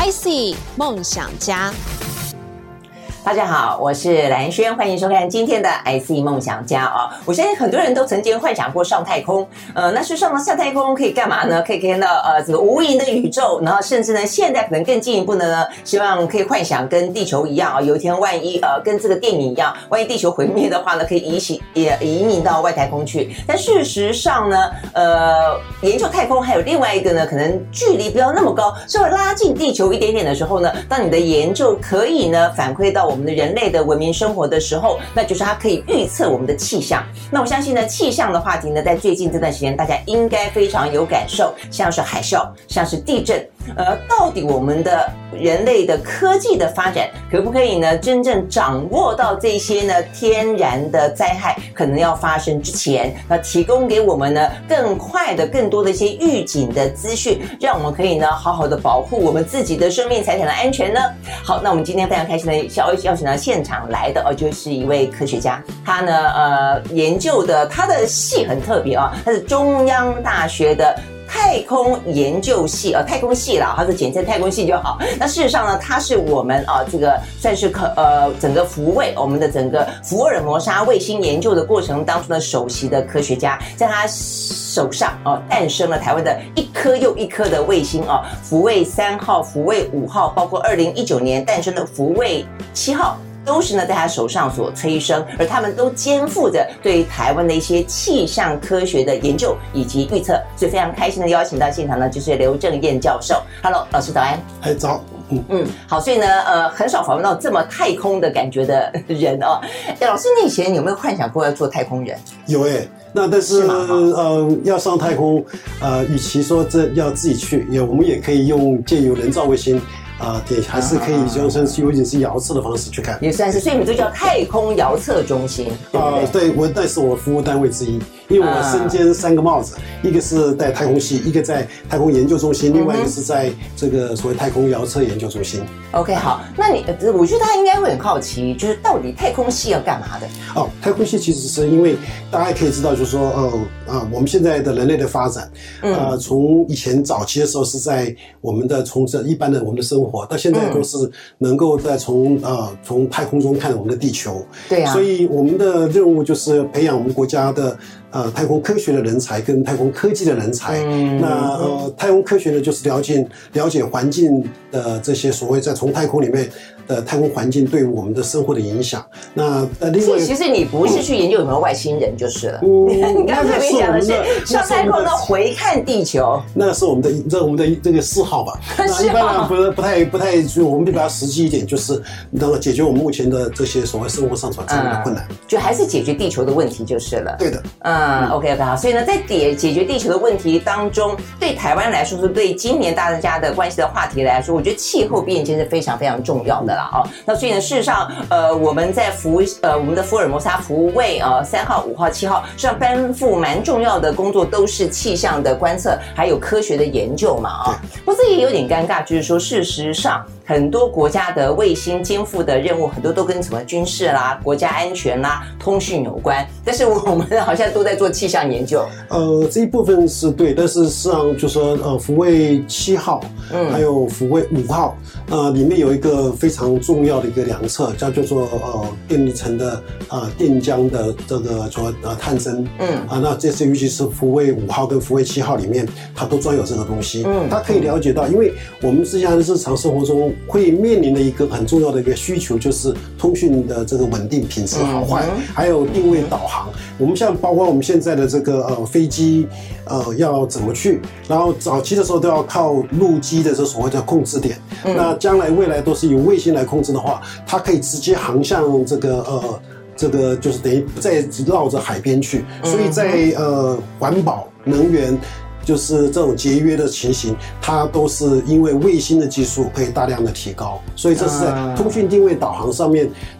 IC 梦想家。 大家好，我是蓝轩，欢迎收看今天的 IC 梦想家啊！我相信很多人都曾经幻想过上太空，那是上太空可以干嘛呢？可以看到这个无垠的宇宙，然后甚至呢，现在可能更进一步的呢，希望可以幻想跟地球一样啊，有一天万一跟这个电影一样，万一地球毁灭的话呢，可以移民到外太空去。但事实上呢，研究太空还有另外一个呢，可能距离不要那么高，稍微拉近地球一点点的时候呢，当你的研究可以呢反馈到我们的人类的文明生活的时候，那就是它可以预测我们的气象。那我相信呢，气象的话题呢，在最近这段时间，大家应该非常有感受，像是海啸，像是地震。到底我们的人类的科技的发展可不可以呢，真正掌握到这些呢天然的灾害可能要发生之前，那提供给我们呢更快的、更多的一些预警的资讯，让我们可以呢好好的保护我们自己的生命财产的安全呢？好，那我们今天非常开心的邀请到现场来的就是一位科学家，他呢研究的他的系很特别啊，他是中央大学的太空研究系太空系啦，它就简称太空系就好。那事实上呢，它是我们这个算是整个我们的整个福尔摩沙卫星研究的过程当中的首席的科学家，在他手上诞生了台湾的一颗又一颗的卫星福卫3号、福卫5号，包括2019年诞生的福卫7号。都是呢在他手上所催生，而他们都肩负着对台湾的一些气象科学的研究以及预测，所以非常开心的邀请到现场呢，就是刘正彦教授。Hello， 老师早安。 哎，早。 好，所以呢，很少访问到这么太空的感觉的人哦。老师，你以前有没有幻想过要做太空人？ 有那但是要上太空，与其说这要自己去，我们也可以借由人造卫星。对，还是可以就是有点是遥测的方式去看， 也算是，所以你们就叫太空遥测中心，对不对？ 对，那是我服务单位之一，因为我身兼3个帽子，一个是在太空系，一个在太空研究中心，另外一个是在这个所谓太空遥测研究中心。 OK， 好，那我觉得大家应该会很好奇，就是到底太空系要干嘛的？ 太空系其实是因为大家可以知道，就是说，我们现在的人类的发展，从以前早期的时候是在我们的从一般的我们的生活，到现在都是能够在从太空中看我们的地球。 对啊， 所以我们的任务就是培养我们国家的太空科学的人才跟太空科技的人才。太空科学呢，就是了解环境的这些所谓在从太空里面的太空环境对我们的生活的影响。那另外， 其实你不是去研究有没有外星人就是了。你刚才没讲的是上太空要回看地球， 那是我们的这个嗜好吧。那一般人不太，我们比较实际一点，就是能够解决我们目前的这些所谓生活上所遭遇的困难， 就还是解决地球的问题就是了。 对的。 OK 好，所以呢，在解决地球的问题当中，对台湾来说，是对今年大家的关系的话题来说，我觉得气候变迁是非常非常重要的啦那所以呢，事实上，我们在我们的福尔摩沙福卫3号、5号、7号上担负蛮重要的工作，都是气象的观测，还有科学的研究嘛不过这也有点尴尬，就是说，事实上，很多国家的卫星肩负的任务，很多都跟什么军事啦、国家安全啦、通讯有关，但是我们好像都在做气象研究。 这一部分是对，但是事实上就说福卫7号，还有福卫5号，里面有一个非常重要的一个量测，叫做电离层的电浆的这个探针。那这次尤其是福卫5号跟福卫7号里面，它都装有这个东西。它可以了解到，因为我们实际上日常生活中会面临的一个很重要的一个需求，就是通讯的这个稳定品质好坏，还有定位导航。我们像包括我们现在的这个飞机要怎么去，然后早期的时候都要靠陆基的这所谓的控制点。那将来未来都是由卫星来控制的话，它可以直接航向这个就是等于不再绕着海边去，所以在环保能源。就是这种节约的情形，它都是因为卫星的技术可以大量的提高，所以这是在通讯定位导航上面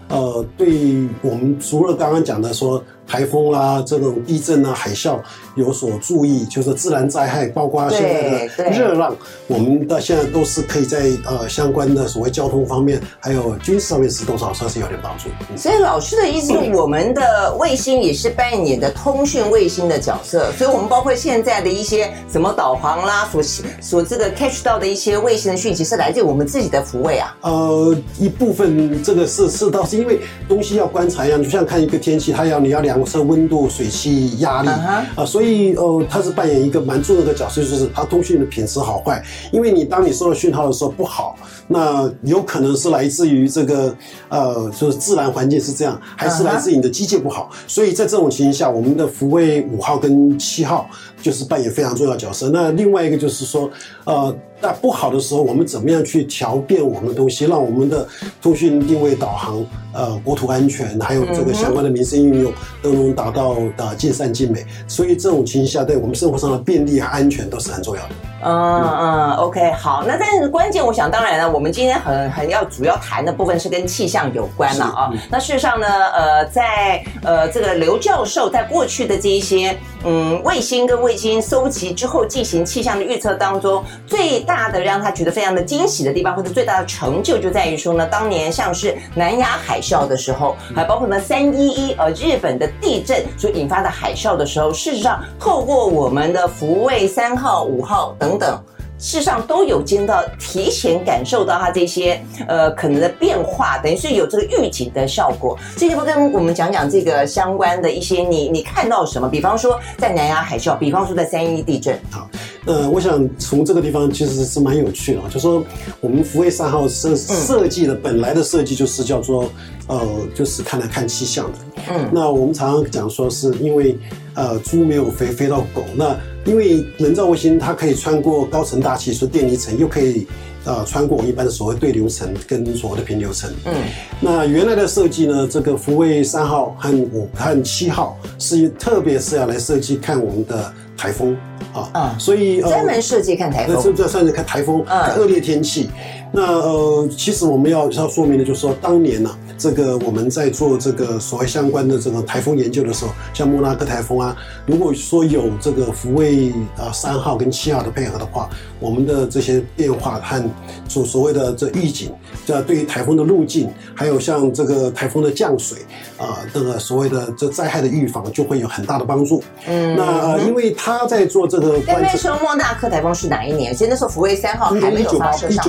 对我们除了刚刚讲的说台风啦、这种地震啊、海啸有所注意，就是自然灾害，包括现在的热浪，我们到现在都是可以在相关的所谓交通方面，还有军事上面是多少算是有点帮助。 所以老师的意思是，我们的卫星也是扮演的通讯卫星的角色，所以我们包括现在的一些什么导航啦，所这个 catch 到的一些卫星的讯息，是来自于我们自己的福卫啊。 一部分这个是倒是因为东西要观察一样，就像看一个天气，你要量测温度、水汽、压力所以它是扮演一个蛮重要的角色，就是它通讯的品质好坏。因为当你收到讯号的时候不好，那有可能是来自于这个就是自然环境是这样，还是来自于你的机械不好。所以在这种情形下，我们的福卫5号跟7号就是扮演非常重要的角色。那另外一个就是说，在不好的时候，我们怎么样去调变我们的东西，让我们的通讯定位导航、国土安全，还有这个相关的民生应用都能达到尽善尽美。所以这种情形下，对我们生活上的便利和安全都是很重要的。 OK， 好，那但是关键，我想当然了，我们今天很要主要谈的部分是跟气象有关了啊。那事实上呢，在这个刘教授在过去的这一些卫星跟卫星收集之后进行气象的预测当中，最大的让他觉得非常的惊喜的地方，或者最大的成就就在于说呢，当年像是南亚海啸的时候，还包括呢311日本的地震所引发的海啸的时候，事实上透过我们的福卫3号、5号等等，事实上都有提前感受到它这些可能的变化，等于是有这个预警的效果。这个跟我们讲讲这个相关的一些你看到什么？比方说在南亚海啸，比方说在311地震。 好，我想从这个地方其实是蛮有趣的，就说我们福卫3号设计的本来的设计就是叫做就是看气象的。那我们常常讲说是因为猪没有飞到狗，那因为人造卫星它可以穿过高层大气，所以电离层又可以穿过我们一般的所谓对流层跟所谓的平流层。那原来的设计呢，这个福卫3号和7号特别是要来设计看我们的台风所以专门设计看台风， 这算是看台风、看恶劣天气。那其实我们要说明的就是说，当年呢，这个我们在做这个所谓相关的这个台风研究的时候，像莫拉克台风啊，如果说有这个福卫3号跟7号的配合的话，我们的这些变化和所谓的这预警，对于台风的路径，还有像这个台风的降水这个所谓的这灾害的预防，就会有很大的帮助。那因为他在做这个观测， 那时候莫纳克台风是哪一年？其实那时候福卫3号还没有发射上。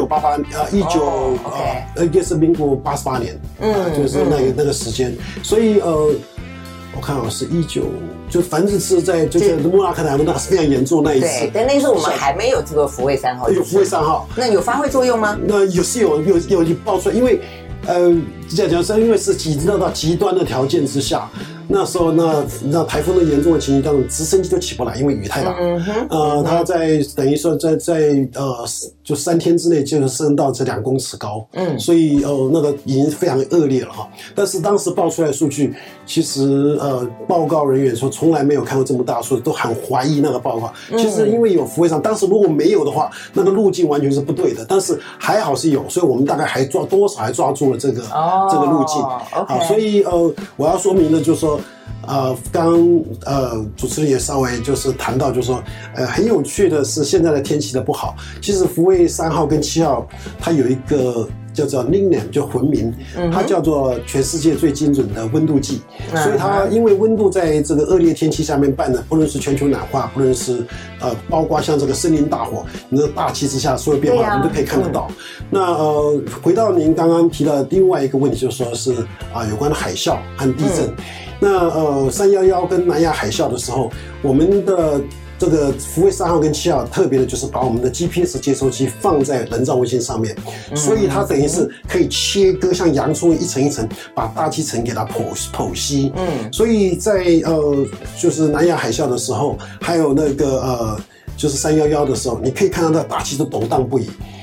应该是民国88年，就是那个时间，所以我看是就反正是在莫拉克台风那是非常严重那一次。 对，但那时候我们还没有这个福卫3号。 有福卫3号， 那有发挥作用吗？ 那是有爆出来，因为这样讲是因为是极端的条件之下。那时候那台风的严重的情形当中，直升机都起不来，因为雨太大。它等于说在就3天之内就升到这2公尺高。所以那个已经非常恶劣了但是当时报出来的数据，其实报告人员说从来没有看过这么大数，都很怀疑那个报告。其实因为有福卫3，当时如果没有的话，那个路径完全是不对的。但是还好是有，所以我们大概还抓住了这个路径。所以我要说明的就是说。刚主持人也稍微就是谈到，就是说，很有趣的是现在的天气的不好。其实福卫3号跟7号，它有一个叫做 nickname， 就魂名，它叫做全世界最精准的温度计。所以它因为温度在这个恶劣天气下面办的，不论是全球暖化，不论是包括像这个森林大火，你这大气之下所有变化，我们都可以看得到。那回到您刚刚提到的另外一个问题，就是说是有关的海啸和地震。那311跟南亚海啸的时候，我们的这个福卫3号跟7号特别的就是把我们的 GPS 接收器放在人造卫星上面，所以它等于是可以切割像洋葱一层一层，把大气层给它剖析。所以在就是南亚海啸的时候，还有那个就是311的时候，你可以看到那大气都动荡不已。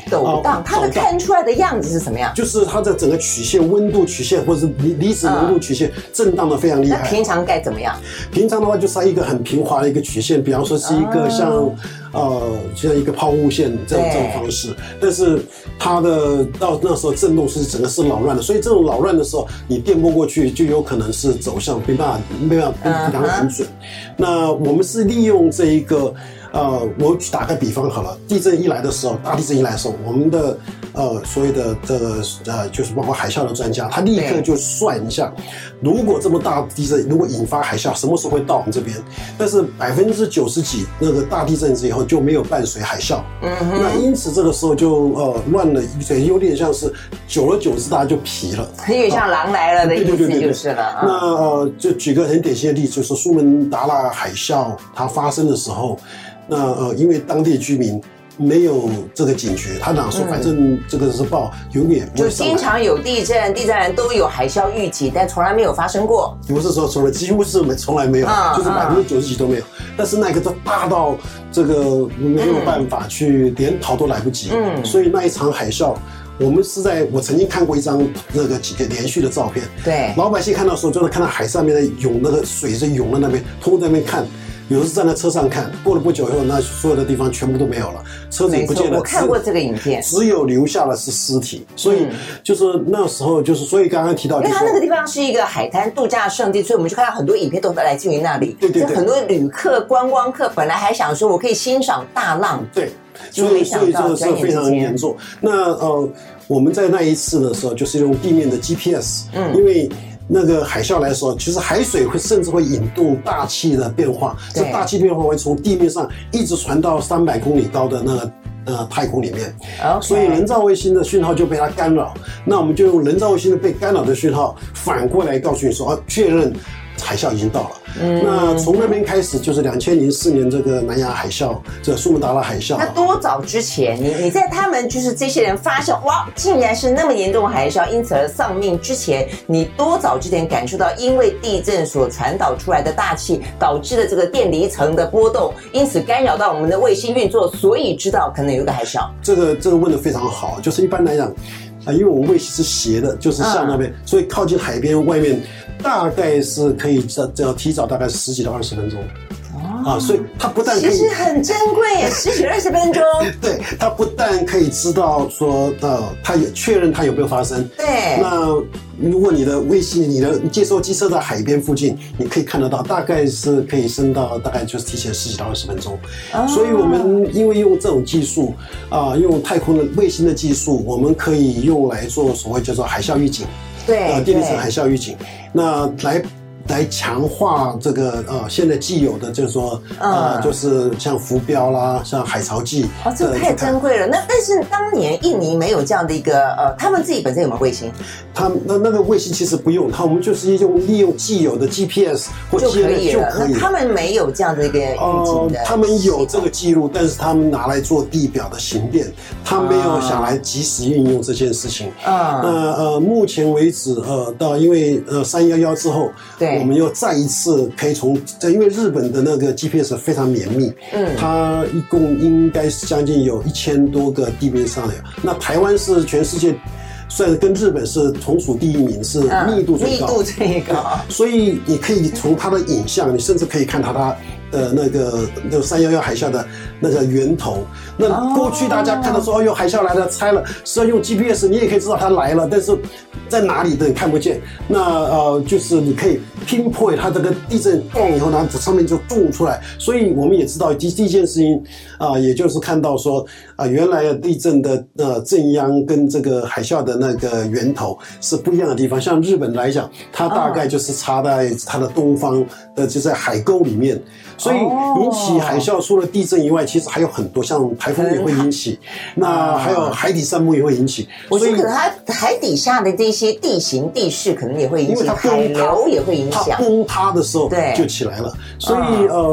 抖荡，它的看出来的样子是什么样？ 就是它的整个曲线、温度曲线或者是离子浓度曲线震荡的非常厉害。 那平常该怎么样？ 平常的话就是它一个很平滑的一个曲线，比方说是一个像一个抛物线这种方式，但是它的到那时候震动是整个是扰乱的，所以这种扰乱的时候，你电波过去就有可能是走向没办法量很准。那我们是利用这一个我打个比方好了，地震一来的时候，大地震一来的时候，我们的所谓的这个就是包括海啸的专家，他立刻就算一下，如果这么大地震，如果引发海啸，什么时候会到我们这边？但是90%几那个大地震之后就没有伴随海啸，那因此这个时候就乱了，有点像是久而久之大家就疲了， 有点像狼来了的意思就是了。 那就举个很典型的例子，就是苏门答腊海啸它发生的时候。那因为当地居民没有这个警觉，他哪说反正这个是报永远不会上来， 就经常有地震，地震人都有海啸预警，但从来没有发生过。 不是说几乎是从来没有，就是90%几都没有。但是那个都大到这个没有办法去连逃都来不及。所以那一场海啸。我曾经看过一张几个连续的照片， 对， 老百姓看到的时候，就是看到海上面的涌，那个水是涌到那边，通通在那边看。有的是站在车上看，过了不久以后，那所有的地方全部都没有了，车子也不见了。 我看过这个影片， 只有留下的是尸体。所以就是那时候，所以刚刚提到， 因为它那个地方是一个海滩度假胜地，所以我们就看到很多影片都来自于那里。 对， 很多旅客、观光客本来还想说我可以欣赏大浪， 对，所以这个是非常严重。那我们在那一次的时候，就是用地面的 GPS，因为。那个海啸来的时候，其实海水甚至会引动大气的变化，这大气变化会从地面上一直传到300公里高的那个太空里面，所以人造卫星的讯号就被它干扰。那我们就用人造卫星的被干扰的讯号反过来告诉你说，确认海啸已经到了。那从那边开始就是2004年这个南亚海啸，这个苏门答腊海啸。 那多早之前，你在他们就是这些人发现哇，竟然是那么严重的海啸，因此而丧命之前，你多早之前感受到因为地震所传导出来的大气导致的这个电离层的波动，因此干扰到我们的卫星运作，所以知道可能有一个海啸。 这个问得非常好，就是一般来讲。因为我们卫星是斜的，就是向那边，所以靠近海边外面大概是可以提早大概10几到20分钟。所以它不但可以， 其实很珍贵耶，10几20分钟。 对，它不但可以知道说，它也确认它有没有发生。 对。 那如果你的卫星、你的接收机设在海边附近，你可以看得到，大概是可以升到大概就是提前10几到20分钟。所以我们因为用这种技术用太空的卫星的技术，我们可以用来做所谓叫做海啸预警。 对。 电离层海啸预警，那来强化这个现在既有的就是说就是像浮标啦，像海潮计， 这个太珍贵了。但是当年印尼没有这样的一个他们自己本身有没有卫星？ 那个卫星其实不用，我们就是利用既有的 GPS 或就可以了。 那他们没有这样的一个预警的， 他们有这个记录，但是他们拿来做地表的形变，他没有想来及时运用这件事情。那目前为止到因为311之后，对。我们又再一次可以因为日本的那个 GPS 非常绵密，它一共应该是将近有1000多个地面上的。那台湾是全世界算跟日本是同属第1名，是密度最高，所以你可以从它的影像，你甚至可以看它的那个311海啸的那个源头。那过去大家看到说，海啸来了，猜了，是要用 GPS， 你也可以知道它来了，但是在哪里的你看不见。那就是你可以 pinpoint 它这个地震动以后，然后上面就动出来。所以我们也知道第一件事情也就是看到说原来地震的震央跟这个海啸的那个源头是不一样的地方。像日本来讲，它大概就是插在它的东方的，就在海沟里面。所以引起海啸除了地震以外，其实还有很多，像台风也会引起，那还有海底散布也会引起。 我觉得可能它海底下的这些地形地势可能也会引起，海流也会影响。 它崩塌的时候就起来了。所以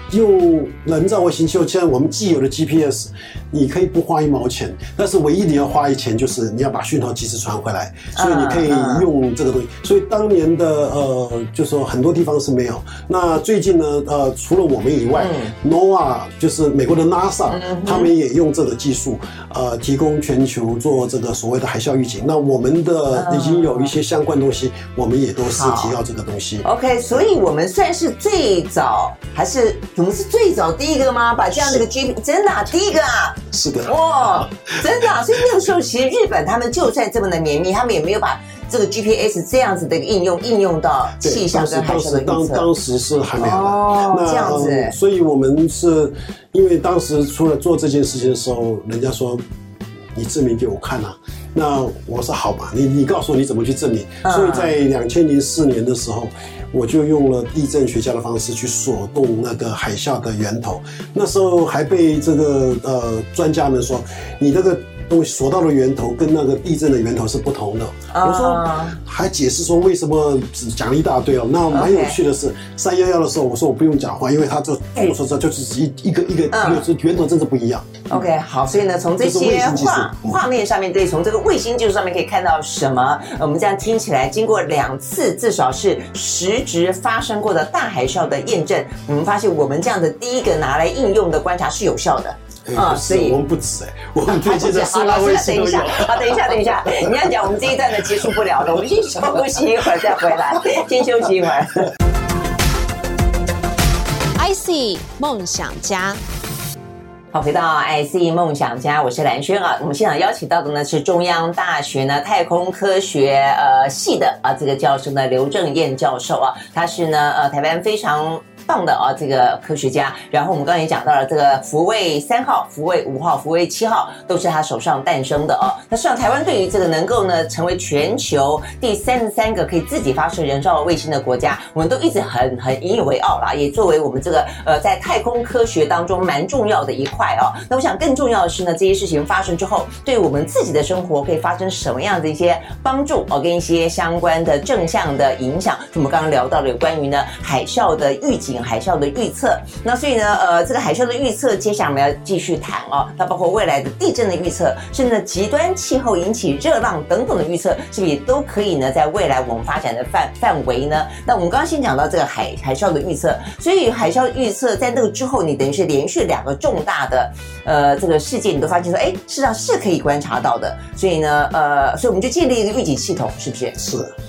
用人造卫星，就像我们既有的 GPS， 你可以不花1毛钱，但是唯一你要花钱就是你要把讯号及时传回来，所以你可以用这个东西。所以当年的就是说很多地方是没有。那最近呢，除了我们以外，NOAA 就是美国的 NASA，他们也用这个技术，提供全球做这个所谓的海啸预警。那我们的已经有一些相关东西，我们也都是提到这个东西。 OK， 所以我们算是最早，还是我们是最早第一个吗？把这样的一个 GPS 真的第一个啊？ 是的。 哇，真的。所以那个时候，其实日本他们就算这么的绵密，他们也没有把这个 GPS 这样子的一个应用到气象跟海啸的预测。 当时是还没有的。 那这样子。 所以我们是因为当时除了做这件事情的时候，人家说你证明给我看啊。那我说好吧，你告诉我你怎么去证明。所以在2004年的时候，我就用了地震学家的方式去锁动那个海啸的源头。那时候还被这个专家们说，你那个东西锁到的源头跟那个地震的源头是不同的。我说还解释说为什么，讲了一大堆哦。那蛮有趣的是，311的时候，我说我不用讲话，因为他就跟我说这就是一个源头真的不一样。 OK， 好，所以呢，从这些画面上面，对，从这个卫星技术上面可以看到什么？我们这样听起来，经过2次至少是实质发生过的大海啸的验证，我们发现我们这样的第一个拿来应用的观察是有效的。 所以我们不止我们最近的数码卫星都有。 好，等一下，你要讲我们这一段的结束不了了，我们先休息一会儿再回来，先休息一会儿。 IC 梦想家。 好，回到 IC 梦想家，我是蓝轩啊。我们现场邀请到的呢是中央大学呢太空科学系的这个教授呢刘正彦教授啊，他是呢台湾非常棒的这个科学家。然后我们刚才也讲到了这个福卫3号、福卫5号、福卫7号都是他手上诞生的那实际上台湾对于这个能够呢成为全球第33个可以自己发射人造卫星的国家，我们都一直很引以为傲啦，也作为我们这个在太空科学当中蛮重要的一块那我想更重要的是呢，这些事情发生之后，对我们自己的生活可以发生什么样的一些帮助跟一些相关的正向的影响。我们刚刚聊到了有关于呢海啸的预警、海啸的预测。那所以呢这个海啸的预测，接下来我们要继续谈它包括未来的地震的预测，甚至极端气候引起热浪等等的预测，是不是也都可以呢在未来我们发展的范围呢？那我们刚刚先讲到这个海啸的预测，所以海啸预测在那个之后，你等于是连续2个重大的这个事件，你都发现说，事实上是可以观察到的。所以呢所以我们就建立一个预警系统，是不是？ 是的。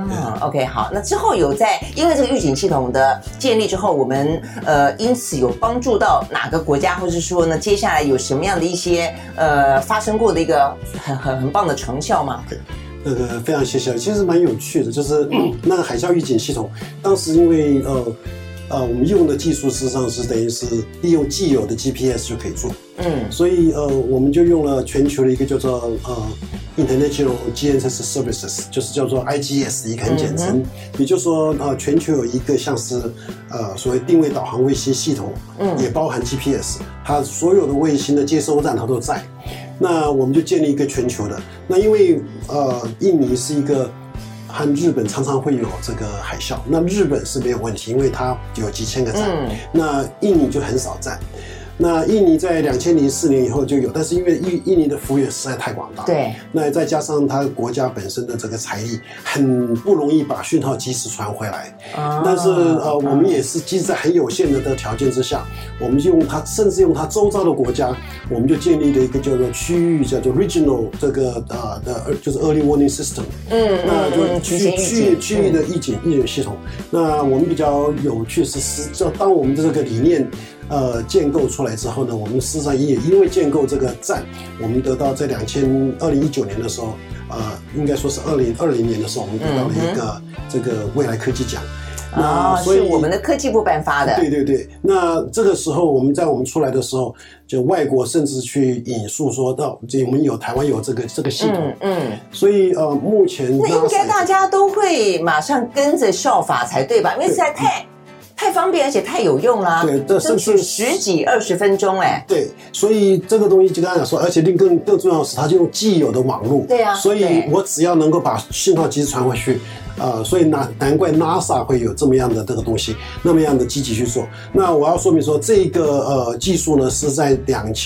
OK， 好，那之后有因为这个预警系统的建立之后，我们因此有帮助到哪个国家，或是说呢，接下来有什么样的一些发生过的一个很棒的成效吗？ 那个非常谢谢，其实蛮有趣的，就是那个海啸预警系统，当时因为我们用的技术事实上是等于是利用既有的 GPS 就可以做，所以我们就用了全球的一个叫做International GNSS Services， 就是叫做 IGS 一个很简称，也就是说全球有一个像是所谓定位导航卫星系统，也包含 GPS， 它所有的卫星的接收站它都在。那我们就建立一个全球的。那因为印尼是一个和日本常常会有这个海啸，那日本是没有问题，因为它有几千个站，那印尼就很少站。那印尼在2004年以后就有，但是因为印尼的幅员实在太广大， 对， 那再加上它国家本身的这个财力，很不容易把讯号及时传回来。但是我们也是即使在很有限的条件之下，我们就用它，甚至用它周遭的国家，我们就建立了一个叫做区域，叫做 regional 这个就是 early warning system。那就区域的预警系统。那我们比较有趣是当我们的这个理念建构出来之后呢，我们事实上也因为建构这个站，我们得到在2019年的时候，应该说是2020年的时候，我们得到了一个这个未来科技奖。 所以是我们的科技部颁发的。 对，那这个时候我们出来的时候，就外国甚至去引述说到，我们台湾有这个系统，所以目前那应该大家都会马上跟着效法才对吧？因为实在太方便而且太有用啦。 对，这甚至 10几20分钟哎。 对，所以这个东西就刚才讲说，而且更重要的是，它就用既有的网络。 对啊。 所以我只要能够把信号及时传回去。所以难怪 NASA 会有这么样的这个东西，那么样的积极去做。那我要说明说，这个技术呢是在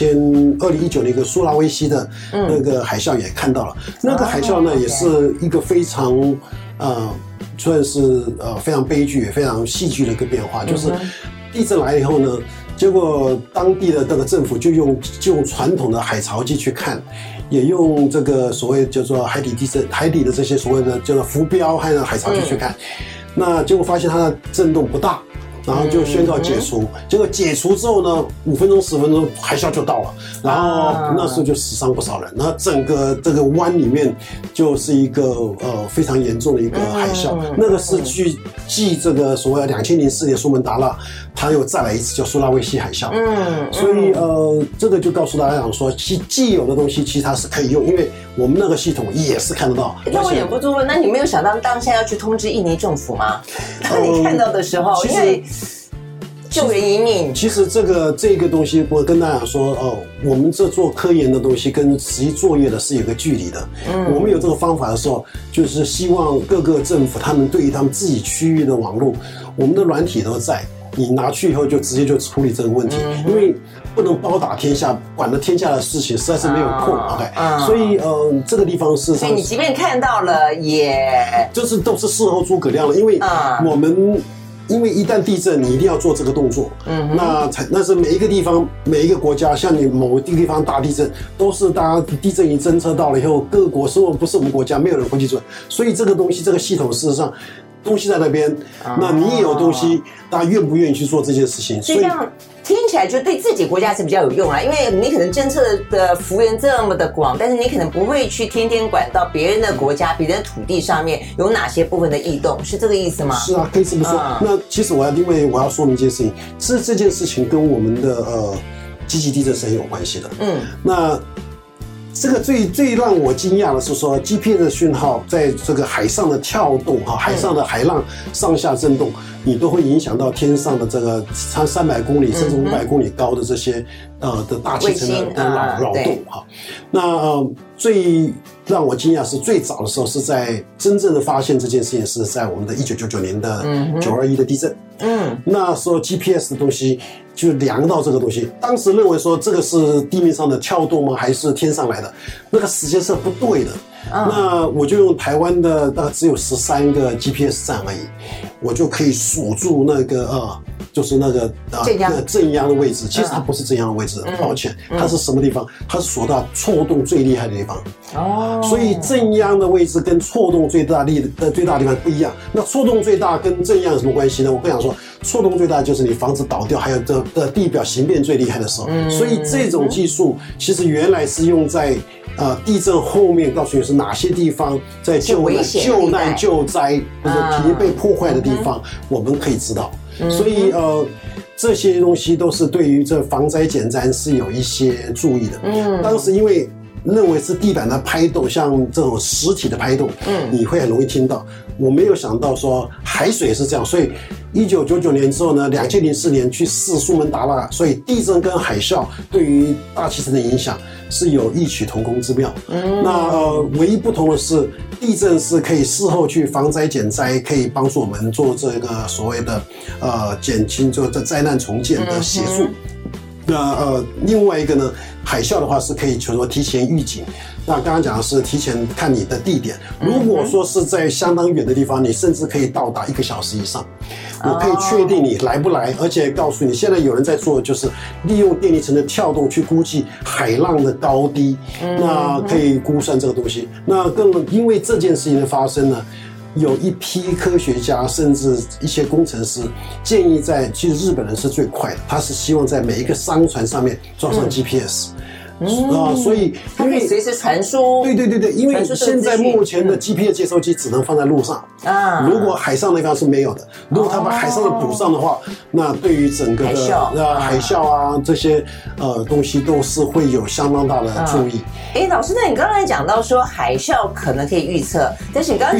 2019年一个苏拉威西的那个海啸也看到了。那个海啸呢也是一个非常算是非常悲剧也非常戏剧的一个变化，就是地震来了以后呢，结果当地的这个政府就用传统的海潮机去看。也用这个所谓叫做海底地震、海底的这些所谓的叫做浮标还有海潮机去看，那结果发现它的震动不大，然后就宣告解除。结果解除之后呢，5分钟10分钟海啸就到了，然后那时候就死伤不少人。然后整个这个湾里面就是一个非常严重的一个海啸，那个是去继这个所谓2004年苏门答腊，它又再来一次叫苏拉威西海啸。所以这个就告诉大家讲说，既有的东西其实它是可以用，因为我们那个系统也是看得到。 那我忍不住问，那你没有想到当下要去通知印尼政府吗？当你看到的时候，因为救人一命。 其实这个东西，我跟大家说我们这做科研的东西跟实际作业的是有个距离的。我们有这个方法的时候，就是希望各个政府他们对于他们自己区域的网络，我们的软体都在。你拿去以后就直接就处理这个问题，因为不能包打天下，管了天下的事情实在是没有空。OK， 所以这个地方是， 所以你即便看到了，也就是都是事后诸葛亮了，因为我们。因为一旦地震，你一定要做这个动作。那是每一个地方、每一个国家，像你某个地方大地震，都是大家地震仪侦测到了以后，各国不是我们国家，没有人会去做。所以这个东西，这个系统事实上东西在那边，那你也有东西，大家愿不愿意去做这件事情？ 所以这样听起来就对自己国家是比较有用啦，因为你可能侦测的幅员这么的广，但是你可能不会去天天管到别人的国家、别人的土地上面有哪些部分的异动，是这个意思吗？ 是啊，可以这么说。那其实因为我要说明一件事情，这件事情跟我们的积极地震是很有关系的。那这个最让我惊讶的是说 ，GPS 的讯号在这个海上的跳动海上的海浪上下震动，你都会影响到天上的这个300公里甚至500公里高的这些的大气层的扰动那最让我惊讶是最早的时候是在真正的发现这件事情是在我们的1999年的921的地震。那时候 GPS 的东西就量到这个东西，当时认为说这个是地面上的跳动吗？还是天上来的？那个时间是不对的。那我就用台湾的大概只有13个 GPS 站而已，我就可以锁住那个就是那个震央的位置。其实它不是震央的位置，抱歉，它是什么地方？它是锁到错动最厉害的地方。所以震央的位置跟错动最大的地方不一样。那错动最大跟震央有什么关系呢？我跟你讲说，错动最大就是你房子倒掉，还有的地表形变最厉害的时候。所以这种技术其实原来是用在地震后面告诉你是哪些地方在救难救灾或者体力被破坏的地方，我们可以知道。所以这些东西都是对于这防灾减灾是有一些注意的。当时因为认为是地板的拍动，像这种实体的拍动，你会很容易听到。我没有想到说海水是这样，所以1999年之后呢，2004年去试苏门答腊，所以地震跟海啸对于大气层的影响是有异曲同工之妙。那唯一不同的是，地震是可以事后去防灾减灾，可以帮助我们做这个所谓的减轻就灾难重建的协助。那另外一个呢，海啸的话是可以就是说提前预警。那刚刚讲的是提前看你的地点，如果说是在相当远的地方，你甚至可以到达1个小时以上。我可以确定你来不来，而且告诉你，现在有人在做，就是利用电离层的跳动去估计海浪的高低，那可以估算这个东西。那更因为这件事情的发生呢，有一批科學家甚至一些工程师建议其实日本人是最快的，他是希望在每一个商船上面装上 GPS。所以它可以随时传输。 对，因为现在目前的 GPS 接收机只能放在路上如果海上那方是没有的。如果他把海上的补上的话，那对于整个的海啸这些东西都是会有相当大的注意。 老师，那你刚才讲到说海啸可能可以预测，但是你刚刚讲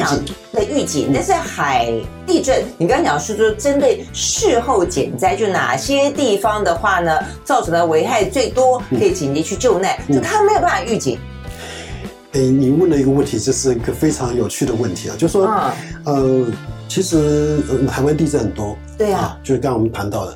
的预警，但是地震，你刚刚讲是说针对事后减灾，就哪些地方的话呢，造成的危害最多，可以紧急去救难，就他没有办法预警。 你问了一个问题，这是一个非常有趣的问题啊，就是说，其实台湾地震很多， 对啊， 就是刚刚我们谈到的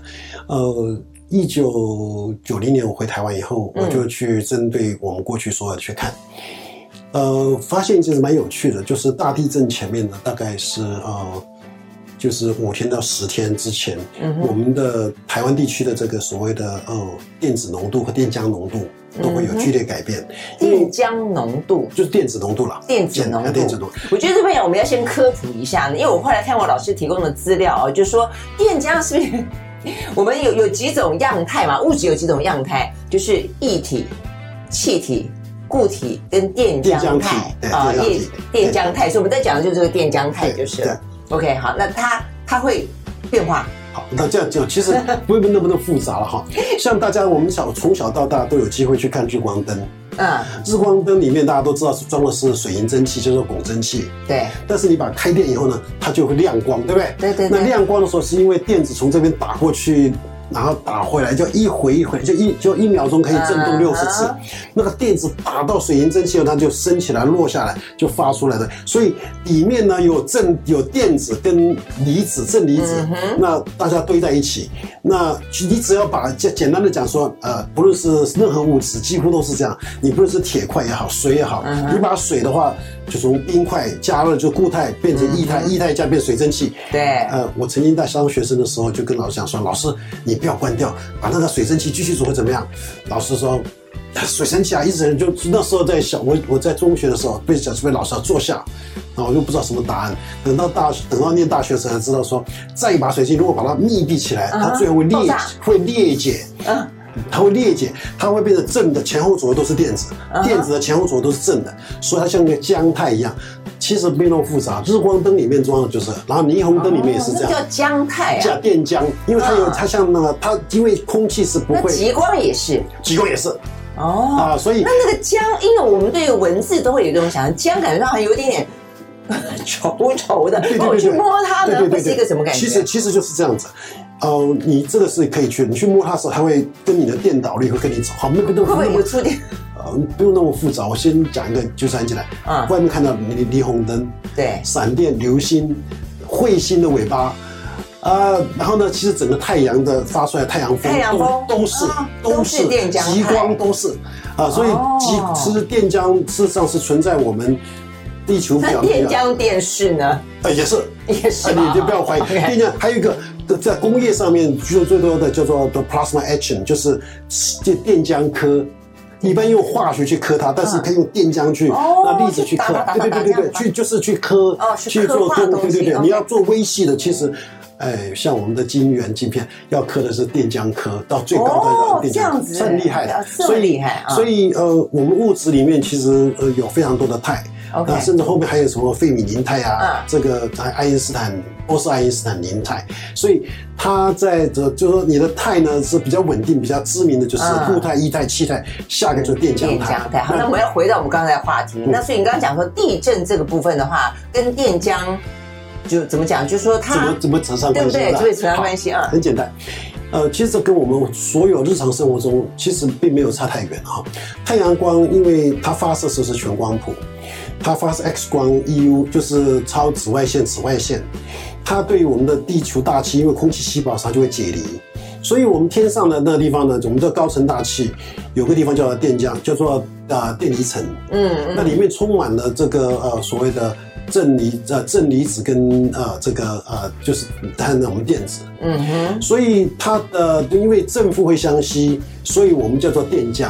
，1990年我回台湾以后，我就去针对我们过去所有的去看，发现其实蛮有趣的，就是大地震前面呢，大概是就是5天到10天之前，我们的台湾地区的这个所谓的电子浓度和电浆浓度都会有剧烈改变。 电浆浓度就是电子浓度啦， 电子浓度。我觉得这边我们要先科普一下呢，因为我后来看过老师提供的资料就是说电浆是不是我们有几种样态嘛？物质有几种样态，就是液体、气体、固体跟电浆态啊，电浆态。所以我们在讲的就是这个电浆态，就是了。OK， 好，那它会变化。 好，那这样讲其实不会那么的复杂了哈。像大家我们从小到大都有机会去看日光灯。日光灯里面大家都知道是装的是水银蒸汽，就是汞蒸汽。对。但是你把它开电以后呢，它就会亮光，对不对？对。那亮光的时候，是因为电子从这边打过去，然后打回来，就一回，就1秒钟可以震动60次。那个电子打到水银蒸汽后，它就升起来，落下来，就发出来的。所以里面呢有电子跟离子，正离子，那大家堆在一起。那你只要把简单的讲说，不论是任何物质，几乎都是这样。你不论是铁块也好，水也好，你把水的话，就从冰块加热就固态变成液态，液态加变水蒸气。对。我曾经在当学生的时候，就跟老师讲说，老师你不要关掉，把那个水蒸气继续煮会怎么样？老师说，水蒸气啊，一直就那时候我在中学的时候被老师要坐下，然后我就不知道什么答案。等到念大学时才知道说，再一把水晶如果把它密闭起来，它最后会裂解。它会裂解，它会变成正的，前后左右都是电子，电子的前后左右都是正的，所以它像个浆态一样。其实没那么复杂，日光灯里面装的就是，然后霓虹灯里面也是这样， 叫浆态啊， 叫电浆，因为它像那个因为空气是不会， 极光也是， 所以那个浆，因为我们对文字都会有这种想象，浆感觉到好像有一点点稠的，我去摸它呢，会是一个什么感觉？ 其实就是这样子。你这个是可以你去摸它的时候，它会跟你的电导率会跟你走。好，会不会有触电？ 不用那么复杂，我先讲一个，就是很简单。外面看到霓虹灯，对，闪电、流星、彗星的尾巴，然后呢，其实整个太阳的发出来太阳风都是电浆， 极光都是所以其实电浆事实上是存在我们地球表面。 电浆电视呢？ 也是，你就不要怀疑。电浆还有一个。在工业上面最多的叫做 plasma etching， 就是电浆刻，一般用化学去刻它，但是可以用电浆去那粒子去刻，对，就是去刻，去做对，你要做微细的，其实。像我们的晶圆镜片要刻的是电浆刻，到最高的电浆，算厉害的，所以我们物质里面其实有非常多的态。那甚至后面还有什么费米宁态啊，这个波斯爱因斯坦宁态，所以它在就是说你的态呢是比较稳定、比较知名的就是固态、液态、气态，下一个就是电浆态。 好，那我们要回到我们刚才的话题。那所以你刚刚讲说地震这个部分的话，跟电浆就怎么讲？就是说它怎么扯上关系？ 对不对？怎么扯上关系啊？ 很简单。其实这跟我们所有日常生活中其实并没有差太远哈。太阳光因为它发射时是全光谱，它发射 X 光 EU 就是超紫外线，它对于我们的地球大气，因为空气细胞它就会解离，所以我们天上的那个地方呢，我们的高层大气有个地方叫做电浆，叫做电离层，那里面充满了这个所谓的正离子跟就是它的我们电子，所以它的因为正负会相吸，所以我们叫做电浆，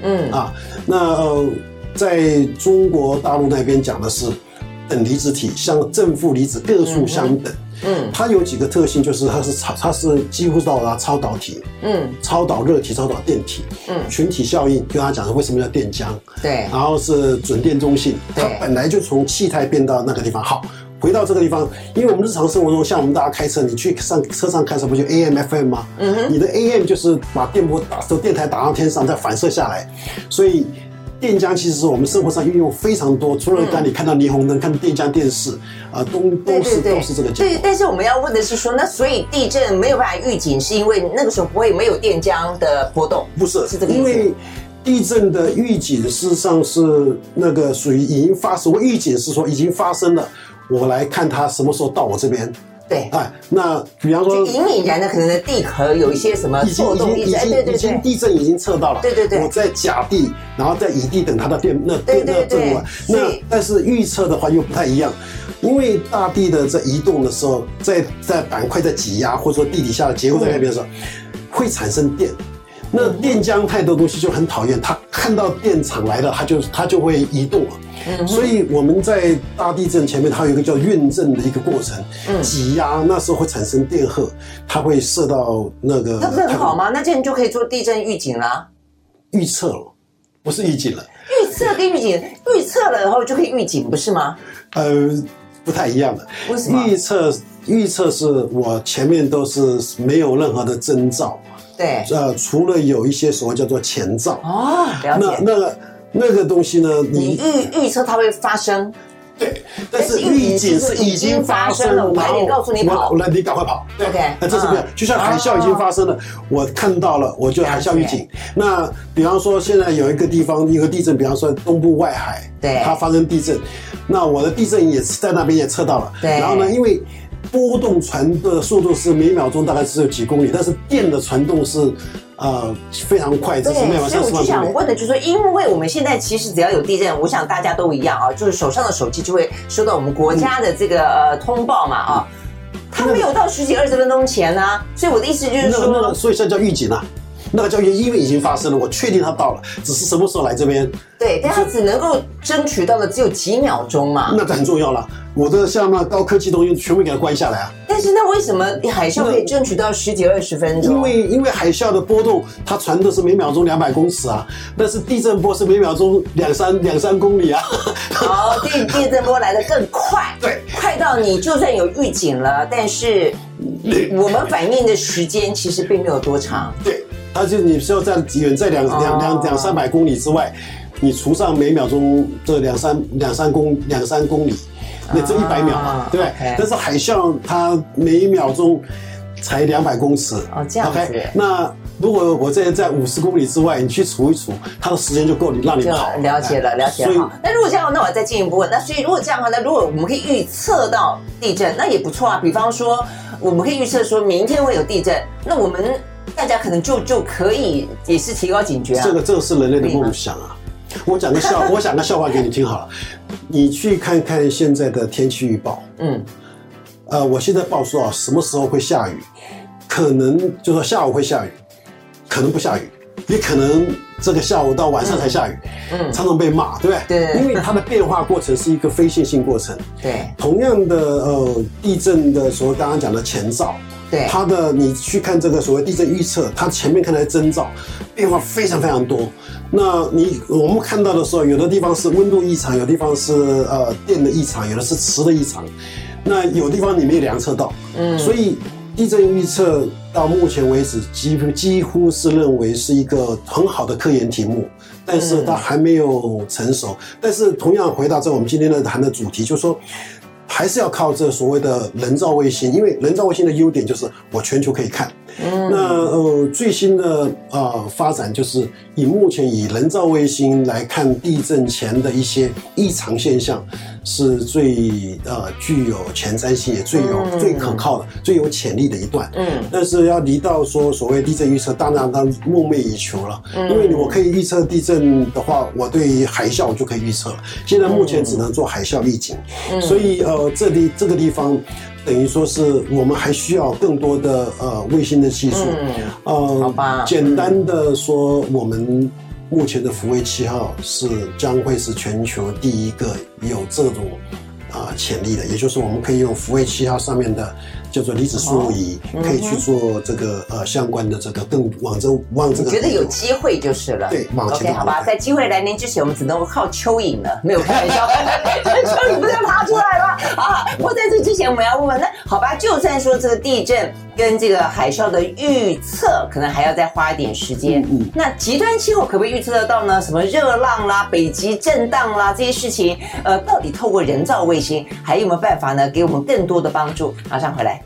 在中国大陆那边讲的是等离子体，像正负离子个数相等。它有几个特性，就是它是几乎到达超导体，超导热体、超导电体，群体效应，跟他讲的为什么叫电浆，对，然后是准电中性，它本来就从气态变到那个地方。好，回到这个地方，因为我们日常生活中，像我们大家开车，你去车上开车不就 AM、FM 吗？你的 AM 就是把电波从电台打到天上，再反射下来，所以电浆其实是我们生活上运用非常多，除了刚才你看到霓虹灯、看电浆电视都是这个结果。 对，但是我们要问的是说，那所以地震没有办法预警，是因为那个时候不会没有电浆的波动？ 不是， 是这个意思。 因为地震的预警事实上是那个属于已经发生，我预警是说已经发生了，我来看它什么时候到我这边。 对， 那比方说， 隐隐然的可能的地壳有一些什么错动， 已经地震已经测到了， 对， 我在甲地，然后在乙地等它的震完。那但是预测的话又不太一样，因为大地的在移动的时候，在板块在挤压，或者说地底下的结构在改变的时候，会产生电。那电浆太多东西就很讨厌，它看到电场来了，它就会移动了。所以我们在大地震前面，它有一个叫运震的一个过程，挤压那时候会产生电荷，它会射到那个。 那不是很好吗？那这样就可以做地震预警啦。 预测了，不是预警了。 预测跟预警，预测了然后就可以预警，不是吗？ 不太一样的。 为什么？ 预测是我前面都是没有任何的征兆。 对， 除了有一些所谓叫做前兆了解。 那个东西呢， 你预测它会发生， 对，但是预警是已经发生了， 我快点告诉你跑， 你赶快跑。 OK， 那这是不一样，就像海啸已经发生了，我看到了，我就海啸预警。那比方说现在有一个地方一个地震，比方说东部外海， 对， 它发生地震，那我的地震仪也是在那边也测到了， 对， 然后呢，因为波动传的速度是每秒钟大概只有几公里，但是电的传动是非常快，这是每秒30万公里。 所以我就想问的就是说，因为我们现在其实只要有地震，我想大家都一样就是手上的手机就会收到我们国家的这个通报嘛它没有到10几20分钟前啊，所以我的意思就是说， 所以这叫预警啊。那个叫因为已经发生了，我确定它到了，只是什么时候来这边？ 对，但它只能够争取到的只有几秒钟嘛。 那很重要了。我的像那高科技东西全部给它关下来啊。 但是那为什么海啸可以争取到10几20分钟？ 因为海啸的波动，它传的是每秒钟200公尺啊，但是地震波是每秒钟两三公里啊。 地震波来得更快， 对， 快到你就算有预警了，但是我们反应的时间其实并没有多长。 对。它就你是要在远在两三百公里之外，你除上每秒钟这两三公里，那这100秒嘛，对不对？但是海啸它每秒钟才200公尺， 这样子。 那如果我在50公里之外，你去除一除，它的时间就够你让你跑。 了解了。好，那如果这样，那我再进一步问，那所以如果这样的话，那如果我们可以预测到地震，那也不错啊。比方说，我们可以预测说明天会有地震，那我们大家可能就可以也是提高警觉啊。 这个是人类的梦想啊！我讲个笑话给你听好了。你去看看现在的天气预报。我现在报说什么时候会下雨，可能就说下午会下雨，可能不下雨，也可能这个下午到晚上才下雨。常常被骂，对不对？ 对。 因为它的变化过程是一个非线性过程。 对。 同样的地震的所谓刚刚讲的前兆。 对， 它的你去看这个所谓地震预测，它前面看来征兆变化非常非常多。那我们看到的时候，有的地方是温度异常，有的地方是电的异常，有的是磁的异常。那有地方你没有量测到，所以地震预测到目前为止几乎是认为是一个很好的科研题目，但是它还没有成熟。但是同样回到我们今天的谈的主题，就是说。还是要靠这所谓的人造卫星，因为人造卫星的优点就是我全球可以看。那最新的发展就是目前以人造卫星来看地震前的一些异常现象，是最具有前瞻性，也最可靠的、最有潜力的一段。但是要离到说所谓地震预测，当然它梦寐以求了。因为我可以预测地震的话，我对海啸我就可以预测了。现在目前只能做海啸预警，所以这个地方。等于说是我们还需要更多的卫星的技术， 好吧。 简单的说，我们目前的福卫7号将会是全球第一个有这种潜力的，也就是我们可以用福卫7号上面的叫做离子输入仪，可以去做这个相关的这个更往这个。 你觉得有机会就是了。 对，往前。 OK， 好吧，在机会来临之前，我们只能靠蚯蚓了，没有开玩笑。蚯蚓不是要爬出来吗？啊，不过在这之前，我们要问问，那好吧，就算说这个地震跟这个海啸的预测，可能还要再花一点时间。那极端气候可不可以预测得到呢？什么热浪啦、北极震荡啦这些事情，到底透过人造卫星还有没有办法呢，给我们更多的帮助？马上回来。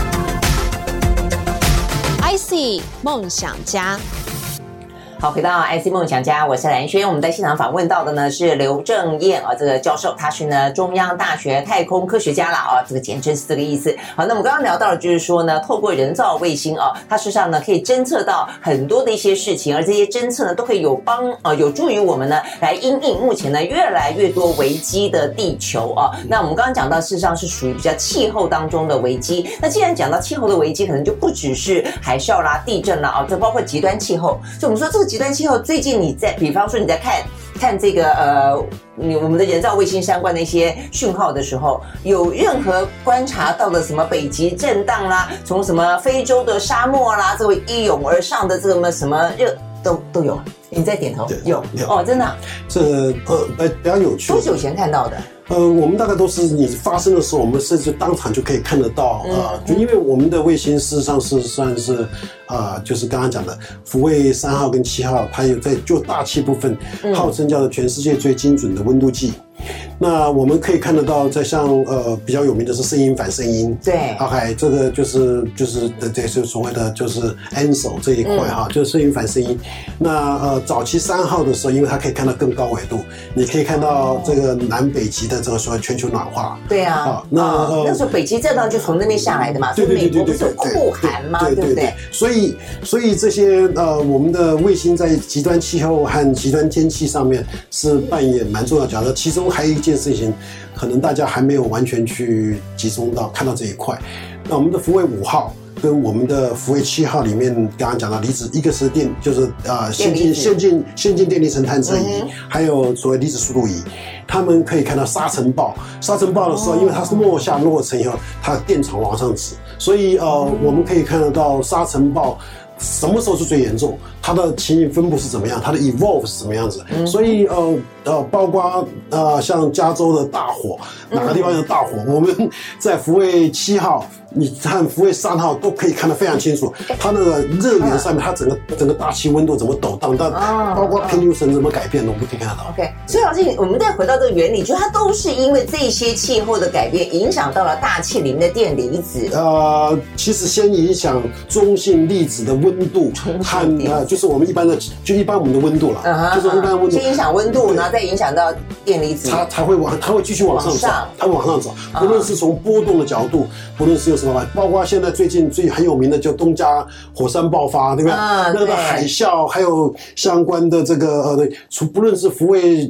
IC 梦想家。 好，回到 IC 梦想家，我是蓝轩。我们在现场访问到的呢是刘正燕这个教授，他是呢中央大学太空科学家啦这个简称是这个意思。好，那我们刚刚聊到的就是说呢，透过人造卫星它事实上呢可以侦测到很多的一些事情，而这些侦测呢都可以有助于我们呢来因应目前呢越来越多危机的地球那我们刚刚讲到，事实上是属于比较气候当中的危机。那既然讲到气候的危机，可能就不只是海啸啦、地震啦这包括极端气候。所以我们说这个极端气候，最近你在，比方说你在看这个我们的人造卫星相关的一些讯号的时候，有任何观察到的什么北极震荡啦，从什么非洲的沙漠啦，这个一涌而上的这个什么热都有。你在点头？有真的这比较有趣。 多久前看到的？ 我们大概都是你发生的时候，我们甚至当场就可以看得到就因为我们的卫星事实上是算是就是刚刚讲的福卫3号跟7号，它有在就大气部分号称叫做全世界最精准的温度计。那我们可以看得到，在像比较有名的是声音反声音， 对 ，OK， 这个就是这是所谓的就是 ENSO 这一块就是声音反声音。那早期3号的时候，因为它可以看到更高纬度，你可以看到这个南北极的这个所谓全球暖化。 对啊，那时候北极震荡就从那边下来的嘛，所以美国不是有酷寒吗？对不对？ 所以这些我们的卫星在极端气候和极端天气上面是扮演蛮重要的角色。其中还有一件事情，可能大家还没有完全去集中到看到这一块。那我们的福卫5号跟我们的福卫7号里面，刚刚讲到离子，一个是就是先进电离层探测仪，还有所谓离子速度仪，他们可以看到沙尘暴。沙尘暴的时候，因为它是落下落尘以后，它的电场往上指，所以我们可以看得到沙尘暴什么时候是最严重，它的情形分布是怎么样，它的 evolve 是什么样子。所以包括像加州的大火，哪个地方有大火，我们在福卫7号你看福卫3号都可以看得非常清楚，它那个热源上面，它整个大气温度怎么抖荡，但包括偏流层怎么改变的，我们可以看得到。 OK， 所以老师，我们再回到这个原理，就它都是因为这些气候的改变，影响到了大气里面的电离子。 其实先影响中性粒子的温度和就是我们一般我们的温度了，就是一般温度先影响温度，然后再影响到电离子， 它会继续往上走，它会往上走。不论是从波动的角度，不论是有什么，包括现在最近很有名的就东加火山爆发，对吧？那个海啸，还有相关的这个不论是福卫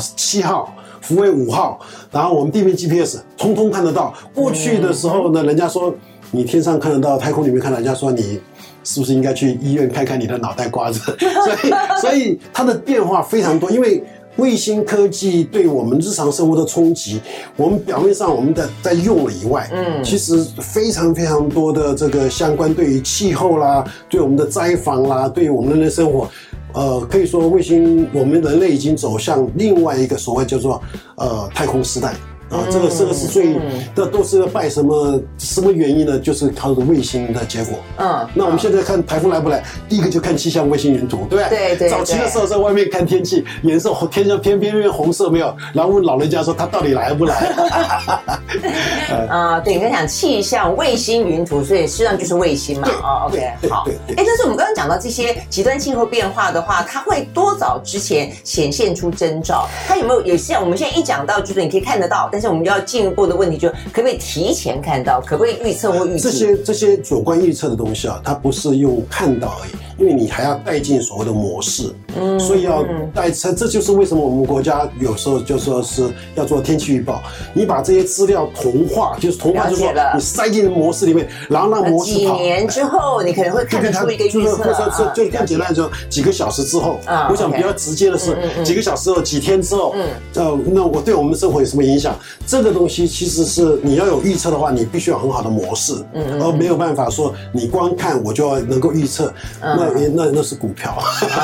7号。福卫5号，然后我们地面 GPS 通通看得到。过去的时候呢，人家说你天上看得到，太空里面看到，人家说你是不是应该去医院看看你的脑袋瓜子？所以它的变化非常多，因为卫星科技对我们日常生活的冲击，我们表面上我们在用了以外，其实非常非常多的这个相关对于气候啦，对我们的灾防啦，对于我们人的生活。可以说卫星，我们人类已经走向另外一个所谓叫做太空时代这个是最这都是拜什么原因呢？就是靠着卫星的结果。那我们现在看台风来不来，第一个就看气象卫星云图，对不对？对。早期的时候在外面看天气，颜色天上偏红色没有，然后问老人家说他到底来不来？ 对，你刚讲气象卫星云图，所以实际上就是卫星嘛。OK， 好。但是我们刚刚讲到这些极端气候变化的话，它会多早之前显现出征兆？它有没有像我们现在一讲到，就是你可以看得到，但是我们要进一步的问题，就可不可以提前看到，可不可以预测或预计？ 这些主观预测的东西它不是用看到而已， 因为你还要带进所谓的模式，所以要带，这就是为什么我们国家有时候就说是要做天气预报，你把这些资料同化，就是同化，就是说你塞进模式里面，然后让模式几年之后，你可能会看得出一个预测， 就更简单的说，几个小时之后，我想比较直接的是，几个小时后、几天之后，那我对我们的生活有什么影响？这个东西其实是你要有预测的话，你必须有很好的模式，而没有办法说你光看我就要能够预测，那是股票。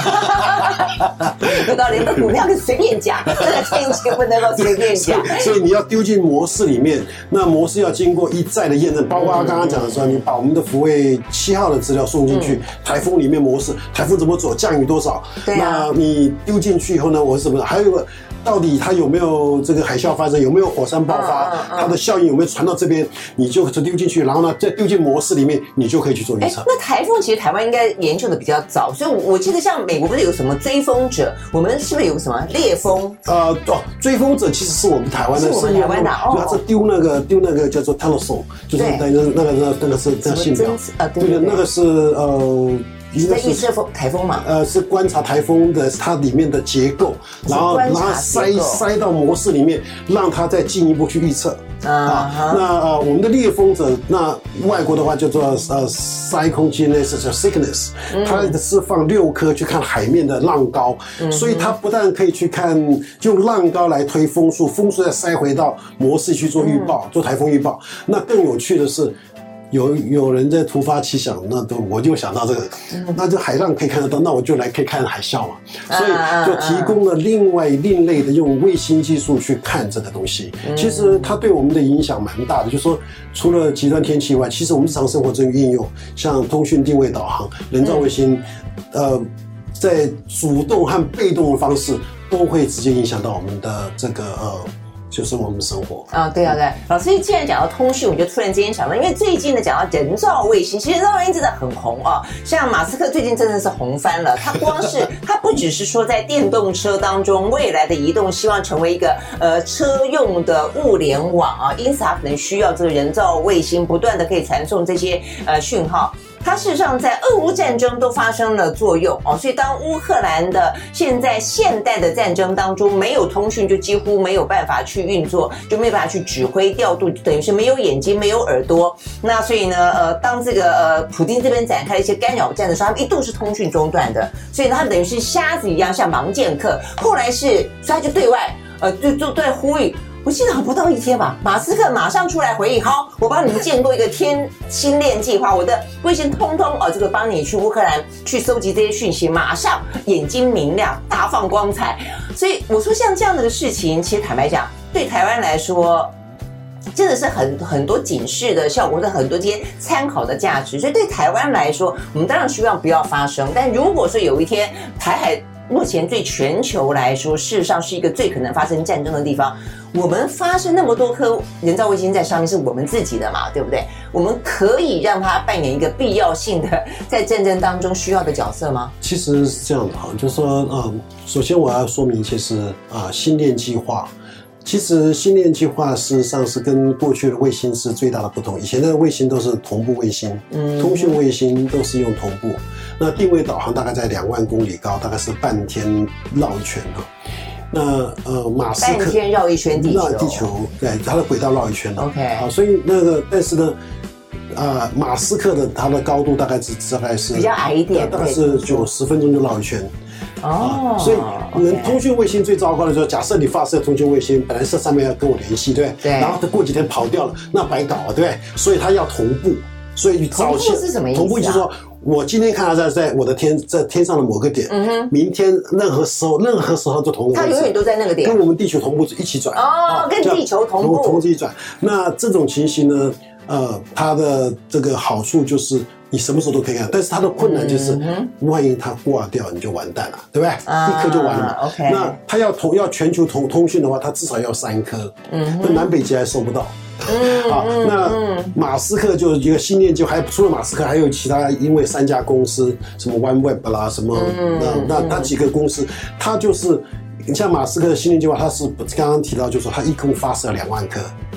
有道理，那股票可以随便讲，这个天气不能够随便讲。 所以你要丢进模式里面，那模式要经过一再的验证，包括他刚刚讲的说，你把我们的福卫7号的资料送进去，台风里面模式，台风怎么走，降雨多少，那你丢进去以后呢，我是什么？还有一个。到底它有没有这个海啸发生，有没有火山爆发，它的效应有没有传到这边，你就丢进去，然后呢再丢进模式里面，你就可以去做预测。 那台风其实台湾应该研究的比较早，所以我记得像美国不是有什么追风者，我们是不是有什么烈风？ 追风者其实是我们台湾的， 是我们台湾的主要是丢那个叫做 telescope， 就是那个是信标，对，那个是在预测台风嘛？ 是观察台风的它里面的结构，然后塞到模式里面，让它再进一步去预测。那我们的烈风者，那外国的话叫做Cyclogenesis 叫 Cygnus， 它是放6颗去看海面的浪高，所以它不但可以去看用浪高来推风速，风速再塞回到模式去做预报，做台风预报。那更有趣的是。有人在突发奇想，我就想到这个，那这海浪可以看得到，那我就可以看海啸嘛，所以就提供了另类的用卫星技术去看这个东西。其实它对我们的影响蛮大的，就是说除了极端天气以外，其实我们日常生活中运用，像通讯、定位、导航、人造卫星，在主动和被动的方式都会直接影响到我们的这个就是我们的生活对。老师既然讲到通讯，我就突然之间想到，因为最近呢讲到人造卫星，其实人造卫星真的很红像马斯克最近真的是红翻了。他光是他不只是说在电动车当中未来的移动，希望成为一个车用的物联网因此他可能需要这个人造卫星不断的可以传送这些讯号。它事实上在俄乌战争都发生了作用所以当乌克兰的现代的战争当中没有通讯，就几乎没有办法去运作，就没有办法去指挥调度，等于是没有眼睛没有耳朵。那所以呢当这个普丁这边展开了一些干扰战的时候，他们一度是通讯中断的，所以呢他们等于是瞎子一样像盲剑客。后来是所以他就对外就对呼吁。我记得不到1天吧，马斯克马上出来回应，好，我帮你们建构一个星链计划，我的卫星通这个帮你去乌克兰去收集这些讯息，马上眼睛明亮，大放光彩。所以我说像这样的事情，其实坦白讲，对台湾来说，真的是很多警示的效果，或者很多这些参考的价值。所以对台湾来说，我们当然希望不要发生，但如果说有一天台海目前对全球来说，事实上是一个最可能发生战争的地方。我们发射那么多颗人造卫星在上面，是我们自己的嘛，对不对？我们可以让它扮演一个必要性的在战争当中需要的角色吗？ 其实是这样的就是说，首先我要说明，其实星链计划。其实星链计划事实上是跟过去的卫星是最大的不同。以前的卫星都是同步卫星，通讯卫星都是用同步。那定位导航大概在2万公里高，大概是半天绕一圈那马斯克半天绕一圈地球，对，它的轨道绕一圈了。 OK， 所以但是呢，马斯克的它的高度大概是比较矮一点， 大概是10分钟就绕一圈。所以通讯卫星最糟糕的就是，假设你发射通讯卫星，本来是上面要跟我联系，对不对？然后它过几天跑掉了，那白搞对不对？所以它要同步。所以同步是什么意思？ 同步就是说，我今天看到在我的天上的某个点，明天任何时候就同步， 它永远都在那个点， 跟我们地球同步一起转跟地球同步一起转。那这种情形呢，它的这个好处就是你什么时候都可以看，但是它的困难就是，万一它挂掉，你就完蛋了，对不对？一颗就完了嘛。 OK， 那它要全球通讯的话，它至少要3颗，那南北极还收不到。那马斯克就一个星链，就还除了马斯克，还有其他，因为3家公司，什么 OneWeb 啦，什么那几个公司，它就是你像马斯克的星链计划，它是刚刚提到，就是说它一共发射2万颗。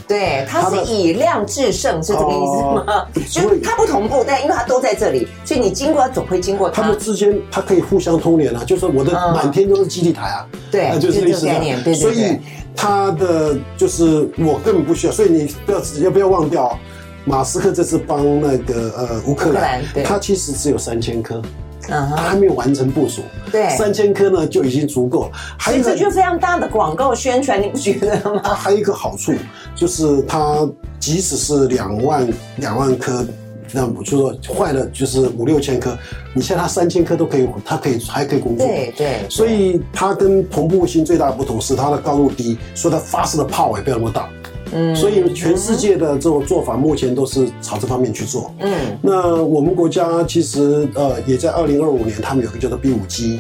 对，它是以量制胜，是这个意思吗？就是它不同步，但因为它都在这里，所以你经过它总会经过它。 它们之间它可以互相通联啊，就是我的满天都是基地台啊， 对， 就是类似的。 对， 所以它的就是我根本不需要，所以你不要忘掉，马斯克这次帮那个乌克兰，他其实只有3000颗。他还没有完成部署， 对 ，3000颗呢就已经足够了。 所以这就非常大的广告宣传，你不觉得吗？ 它还有一个好处，就是它即使是2万颗，那就是说坏了就是5、6千颗，你现在它3000颗都可以，它还可以工作。 对。 所以它跟同步卫星最大的不同是它的高度低，所以它发射的炮也不要那么大。所以全世界的这种做法目前都是朝这方面去做。那我们国家其实也在2025年，他们有个叫做 B5G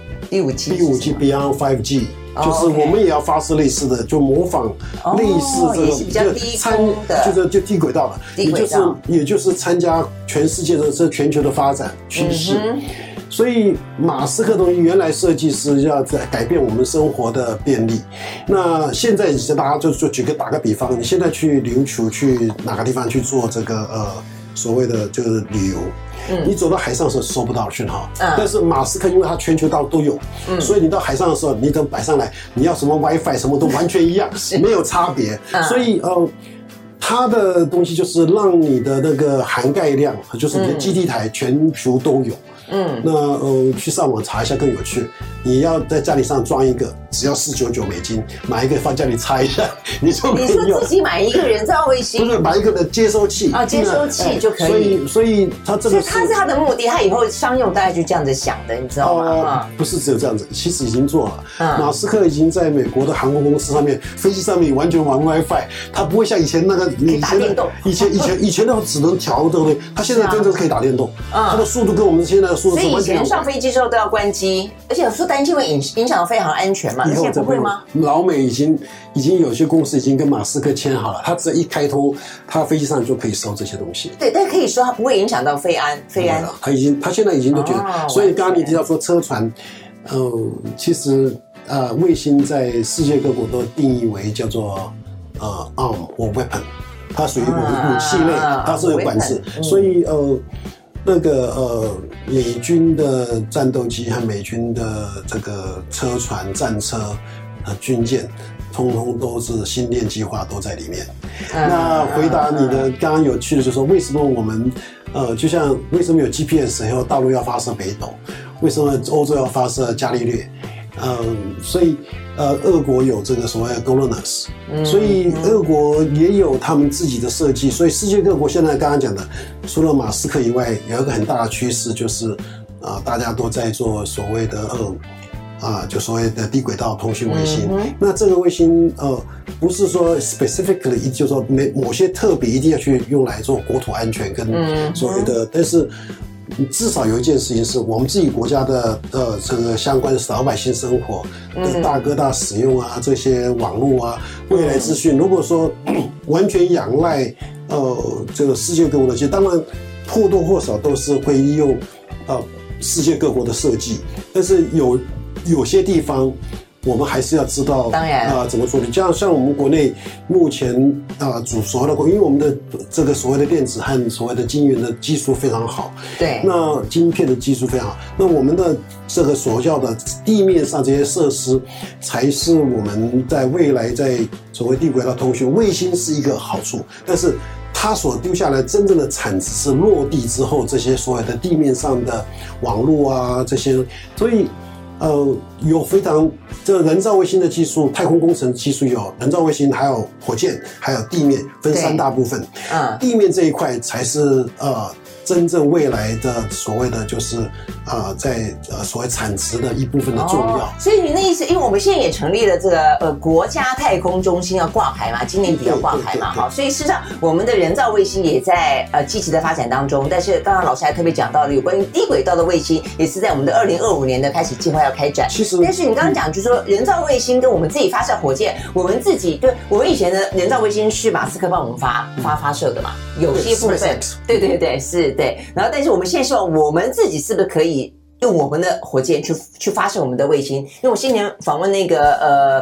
Beyond 5G， 就是我们也要发射类似的，就模仿类似这种比较低空的， 就低轨道的，也就是参加全世界的全球的发展趋势。所以马斯克东西原来设计是要在改变我们生活的便利，那现在大家就打个比方，你现在去琉球去哪个地方去做这个所谓的就是旅游，你走到海上的时候收不到讯号，但是马斯克因为他全球都有，所以你到海上的时候，你等摆上来，你要什么 WiFi 什么都完全一样，没有差别，所以它的东西就是让你的那个涵盖量，就是你的基地台全球都有。那去上网查一下更有趣。你要在家里上装一个，只要$499，买一个放家里插一下，你就可以用。 你说自己买一个人造卫星？ 不是买一个的接收器啊，接收器就可以。 所以它这个， 它是它的目的，它以后商用大概就这样子想的，你知道吗？ 不是只有这样子，其实已经做了。马斯克已经在美国的航空公司上面，飞机上面完全玩 WiFi， 它不会像以前那个打电动， 以前的话只能调，对不对？它现在真的可以打电动，它的速度跟我们现在的速度是完全。 所以以前上飞机之后都要关机，而且说担心会影响飞航安全嘛？那现在不会吗？ 老美已经有些公司已经跟马斯克签好了，他只要一开通，他飞机上就可以收这些东西。 对，但可以说它不会影响到飞安。 他现在已经都觉得，所以刚刚你提到说车船，其实卫星在世界各国都定义为叫做arm 或 weapon， 它属于武器类，它是有管制，所以那个美军的战斗机和美军的这个车船、战车、军舰，通通都是星链计划都在里面。那回答你的刚刚有趣的就是说，为什么我们就像为什么有 GPS 以后大陆要发射北斗，为什么欧洲要发射伽利略？所以俄国有这个所谓的 GLONASS， 所以俄国也有他们自己的设计，所以世界各国现在刚刚讲的，除了马斯克以外，有一个很大的趋势就是大家都在做所谓的就所谓的低轨道通讯卫星。那这个卫星不是说 specifically 就是说某些特别一定要去用来做国土安全跟所谓的，但是至少有一件事情是我们自己国家的这个相关的老百姓生活的大哥大使用啊，这些网络啊，未来资讯，如果说完全仰赖这个世界各国的，当然或多或少都是会利用世界各国的设计，但是有些地方我们还是要知道， 当然怎么处理。像我们国内目前所谓的，因为我们的这个所谓的电子和所谓的晶圆的技术非常好， 对， 那晶片的技术非常好，那我们的这个所叫的地面上这些设施，才是我们在未来在所谓低轨道通讯卫星是一个好处，但是它所丢下来真正的产值是落地之后这些所谓的地面上的网络啊这些，所以。有非常这个人造卫星的技术，太空工程技术有人造卫星，还有火箭，还有地面，分3大部分。地面这一块才是真正未来的所谓的就是在所谓产值的一部分的重要。 所以你的意思，因为我们现在也成立了这个国家太空中心要挂牌嘛，今年底要挂牌嘛，哈，所以事实上我们的人造卫星也在积极的发展当中。但是刚刚老师还特别讲到了有关于低轨道的卫星，也是在我们的2025年的开始计划要开展。 其实， 但是你刚刚讲就是说人造卫星跟我们自己发射火箭，我们自己对我们以前的人造卫星是马斯克帮我们发射的嘛，有些部分，对是。对，然后但是我们现在希望我们自己是不是可以用我们的火箭去发射我们的卫星？因为我今年访问那个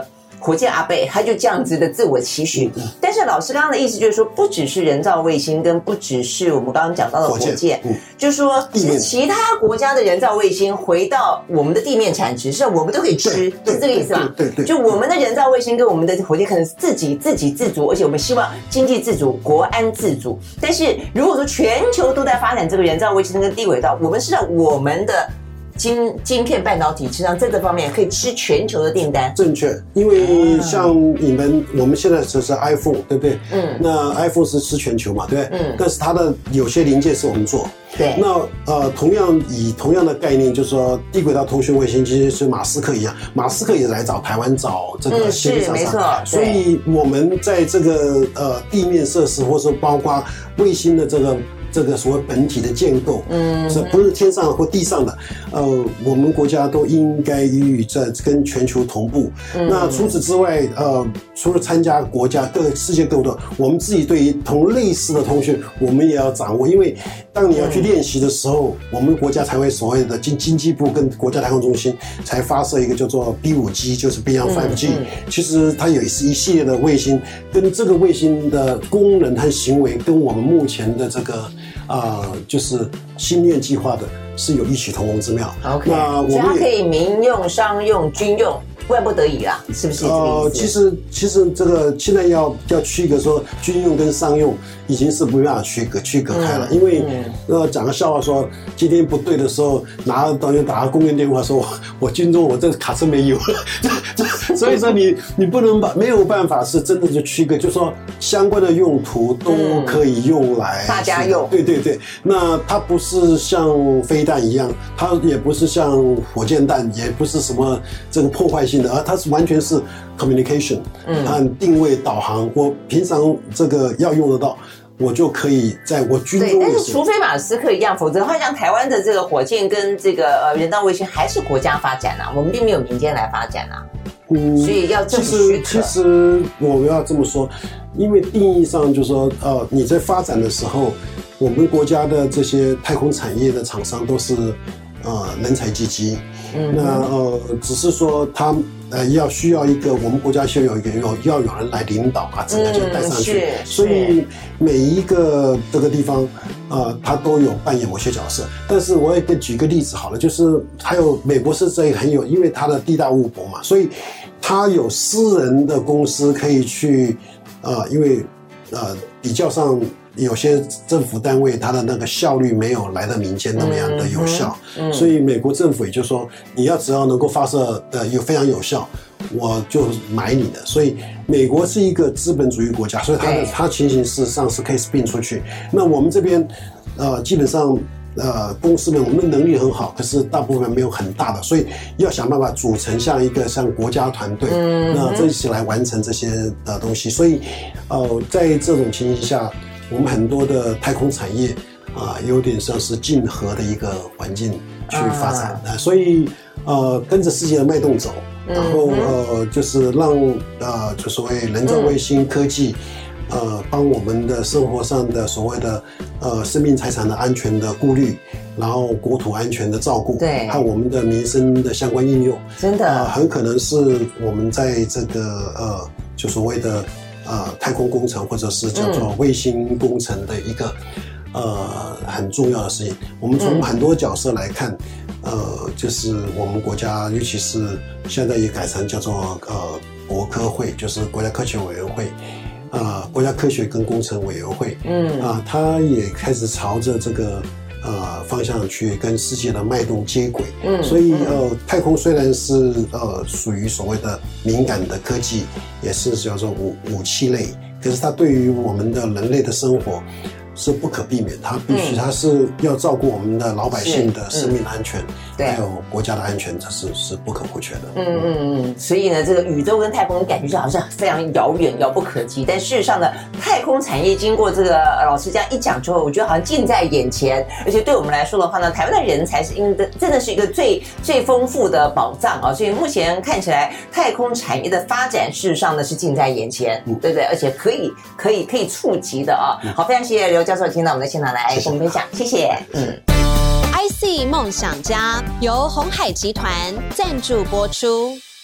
火箭阿贝他就这样子的自我期许。但是老师刚刚的意思就是说，不只是人造卫星，跟不只是我们刚刚讲到的火箭，就是说其他国家的人造卫星回到我们的地面产值，是我们都可以吃，是这个意思吗？ 对， 就我们的人造卫星跟我们的火箭可能自己自足，而且我们希望经济自主、国安自主。但是如果说全球都在发展这个人造卫星跟低轨道，我们是让我们的晶片半导体实际上在这方面可以吃全球的订单。正确，因为像我们现在只是 iPhone， 对不对？那 iPhone 是吃全球嘛，对不对？但是它的有些零件是我们做。 对， 那同样的概念，就是说低轨道通讯卫星，其实是马斯克一样，马斯克也来找台湾找这个协力厂商，所以我们在这个地面设施，或者说包括卫星的这个所谓本体的建构，是不是天上或地上的？我们国家都应该予以在跟全球同步。那除此之外，除了参加国家世界各国，我们自己对于类似的通讯，我们也要掌握。因为当你要去练习的时候，我们国家才会所谓的经济部跟国家太空中心才发射一个叫做 B5G， 就是 Beyond 5G。其实它有一系列的卫星，跟这个卫星的功能和行为，跟我们目前的这个就是星链计划的是有异曲同工之妙。 OK， 那我们它可以民用、商用、军用，万不得已啦，是不是这个意思？ 其实这个现在要区隔说军用跟商用，已经是没办法区隔开了。因为讲个笑话说，今天不对的时候，打个公用电话说，我军中我这卡车没油了，所以说你不能没有办法是真的就区隔，就说相关的用途都可以用来大家用。 对，那它不是像飞弹一样，它也不是像火箭弹，也不是什么这个破坏性的，而它是完全是 communication，和定位导航。我平常这个要用得到，我就可以在我军中。 对，但是除非马斯克一样，否则的话，像台湾的这个火箭跟这个人造卫星还是国家发展啊，我们并没有民间来发展啊。所以要政府许可。 其实我要这么说，因为定义上就是说，你在发展的时候，我们国家的这些太空产业的厂商都是人才济济。那只是说他需要一个，我们国家需要有人来领导，把整个就带上去。所以每一个这个地方他都有扮演某些角色。但是我也举个例子好了，就是还有美国是这个很有，因为它的地大物博嘛，所以它有私人的公司可以去因为比较上。有些政府单位它的那个效率没有来的民间那么样的有效，所以美国政府也就是说，你只要能够发射的非常有效，我就买你的。所以美国是一个资本主义国家，所以它情形事实上是可以 spin 出去。那我们这边基本上公司们我们的能力很好，可是大部分没有很大的，所以要想办法组成像国家团队，那这一起来完成这些东西。所以在这种情形下。我们很多的太空产业有点像是竞合的一个环境去发展，所以跟着世界的脉动走，然后就是让就所谓人造卫星科技帮我们的生活上的所谓的生命财产的安全的顾虑，然后国土安全的照顾， 对， 和我们的民生的相关应用， 真的很可能是我们在这个就所谓的。太空工程或者是叫做卫星工程的一个很重要的事情。我们从很多角色来看，就是我们国家，尤其是现在也改成叫做国科会，就是国家科学委员会，国家科学跟工程委员会，它也开始朝着这个。方向去跟世界的脉动接轨，所以太空虽然是属于所谓的敏感的科技，也是叫做武器类，可是它对于我们的人类的生活是不可避免，它必须它是要照顾我们的老百姓的生命安全，还有国家的安全，这是不可或缺的。 所以呢，这个宇宙跟太空感觉就好像非常遥远、遥不可及，但事实上呢，太空产业经过这个老师这样一讲之后，我觉得好像近在眼前，而且对我们来说的话呢，台湾的人才是真的是一个最丰富的宝藏啊！所以目前看起来，太空产业的发展事实上呢是近在眼前，对不对？而且可以触及的啊！好，非常谢谢刘教授今天到我们的现场来跟我们分享，谢谢。 IC 梦想家由鸿海集团赞助播出。